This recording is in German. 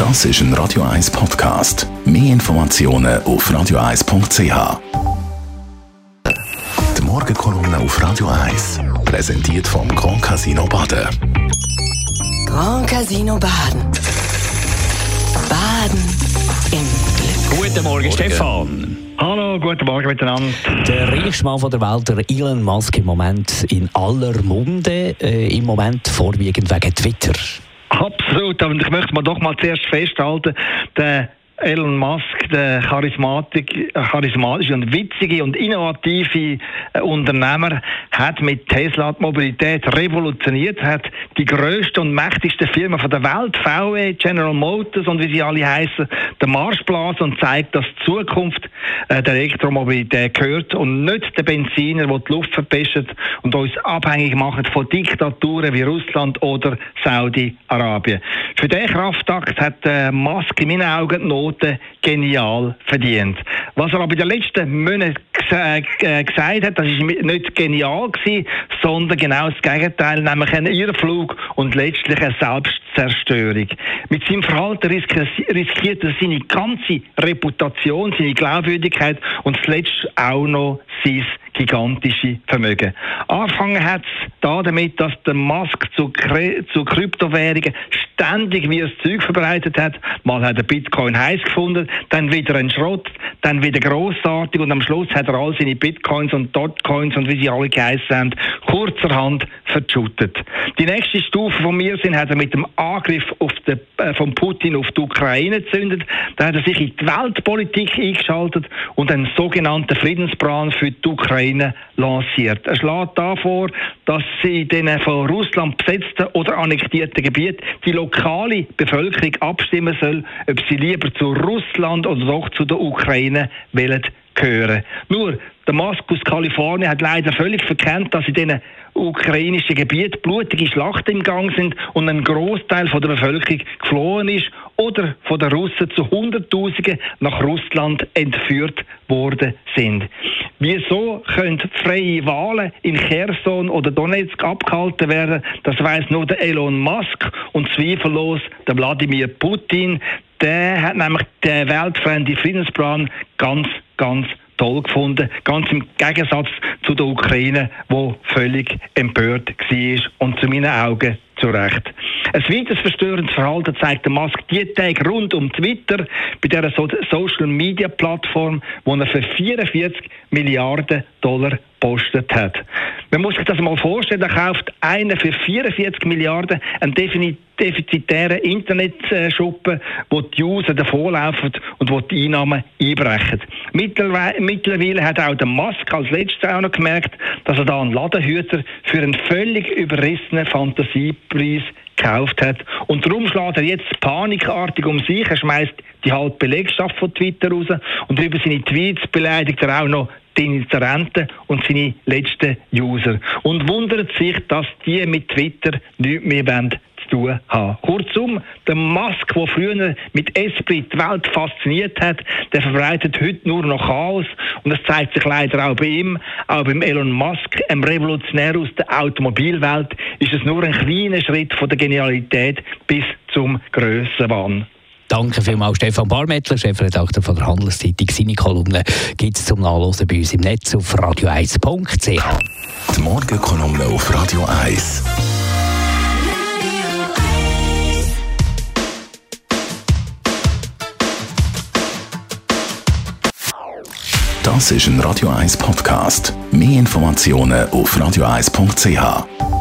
Das ist ein Radio 1 Podcast. Mehr Informationen auf radio1.ch. Die Morgenkolumne auf Radio 1 präsentiert vom Grand Casino Baden. Grand Casino Baden. Baden im Glück. Guten Morgen, Stefan. Hallo, guten Morgen miteinander. Der reichste Mann der Welt, der Elon Musk, im Moment in aller Munde, im Moment vorwiegend wegen Twitter. Absolut, aber ich möchte mal doch mal zuerst festhalten, der Elon Musk, der charismatische und witzige und innovative Unternehmer, hat mit Tesla die Mobilität revolutioniert, hat die grösste und mächtigste Firma von der Welt, VW, General Motors und wie sie alle heißen, den Marsch blasen und zeigt, dass die Zukunft der Elektromobilität gehört und nicht der Benziner, der die Luft verpestet und uns abhängig macht von Diktaturen wie Russland oder Saudi-Arabien. Für diesen Kraftakt hat Musk in meinen Augen die Note genial verdient. Was er aber in den letzten Monaten gesagt hat, das ist nicht genial gewesen, sondern genau das Gegenteil, nämlich ein Irrflug und letztlich eine Selbstzerstörung. Mit seinem Verhalten riskiert er seine ganze Reputation, seine Glaubwürdigkeit und zuletzt auch noch sein gigantische Vermögen. Angefangen hat es damit, dass der Musk zu Kryptowährungen ständig wie ein Zeug verbreitet hat. Mal hat er Bitcoin heiß gefunden, dann wieder ein Schrott, dann wieder grossartig und am Schluss hat er all seine Bitcoins und Dotcoins und wie sie alle geheißen haben, kurzerhand verschüttet. Die nächste Stufe von mir hat er mit dem Angriff von Putin auf die Ukraine gezündet. Da hat er sich in die Weltpolitik eingeschaltet und einen sogenannten Friedensplan für die Ukraine lanciert. Er schlägt vor, dass sie in den von Russland besetzten oder annektierten Gebieten die lokale Bevölkerung abstimmen soll, ob sie lieber zu Russland oder doch zu der Ukraine wollen gehören. Nur, der Musk aus Kalifornien hat leider völlig verkennt, dass in diesen ukrainischen Gebieten blutige Schlachten im Gang sind und ein Großteil von der Bevölkerung geflohen ist oder von den Russen zu Hunderttausenden nach Russland entführt worden sind. Wieso können freie Wahlen in Cherson oder Donetsk abgehalten werden? Das weiss nur der Elon Musk und zweifellos der Wladimir Putin. Der hat nämlich den weltfremden Friedensplan ganz toll gefunden, ganz im Gegensatz zu der Ukraine, die völlig empört war und zu meinen Augen zu Recht. Ein weiteres verstörendes Verhalten zeigt der Musk die Tage rund um Twitter, bei dieser Social-Media-Plattform, wo er für 44 Milliarden $, gepostet hat. Man muss sich das mal vorstellen, da kauft einer für 44 Milliarden einen defizitären Internetschuppen, wo die User davonlaufen und wo die Einnahmen einbrechen. Mittlerweile hat auch der Musk als letztes auch noch gemerkt, dass er da einen Ladenhüter für einen völlig überrissenen Fantasiepreis gekauft hat. Und darum schlägt er jetzt panikartig um sich. Er schmeißt die halbe Belegschaft von Twitter raus und über seine Tweets beleidigt er auch noch die Inserenten und seine letzten User. Und wundert sich, dass die mit Twitter nichts mehr zu tun haben. Kurzum, der Musk, der früher mit Esprit die Welt fasziniert hat, der verbreitet heute nur noch Chaos. Und das zeigt sich leider auch bei ihm, auch beim Elon Musk, einem Revolutionär aus der Automobilwelt, ist es nur ein kleiner Schritt von der Genialität bis zum Grössenwahn. Danke vielmals, Stefan Barmettler, Chefredakteur von der Handelszeitung. Seine Kolumne gibt es zum Nachlesen bei uns im Netz auf radio1.ch. Die Morgenkolumne auf Radio 1. Das ist ein Radio 1 Podcast. Mehr Informationen auf radio1.ch.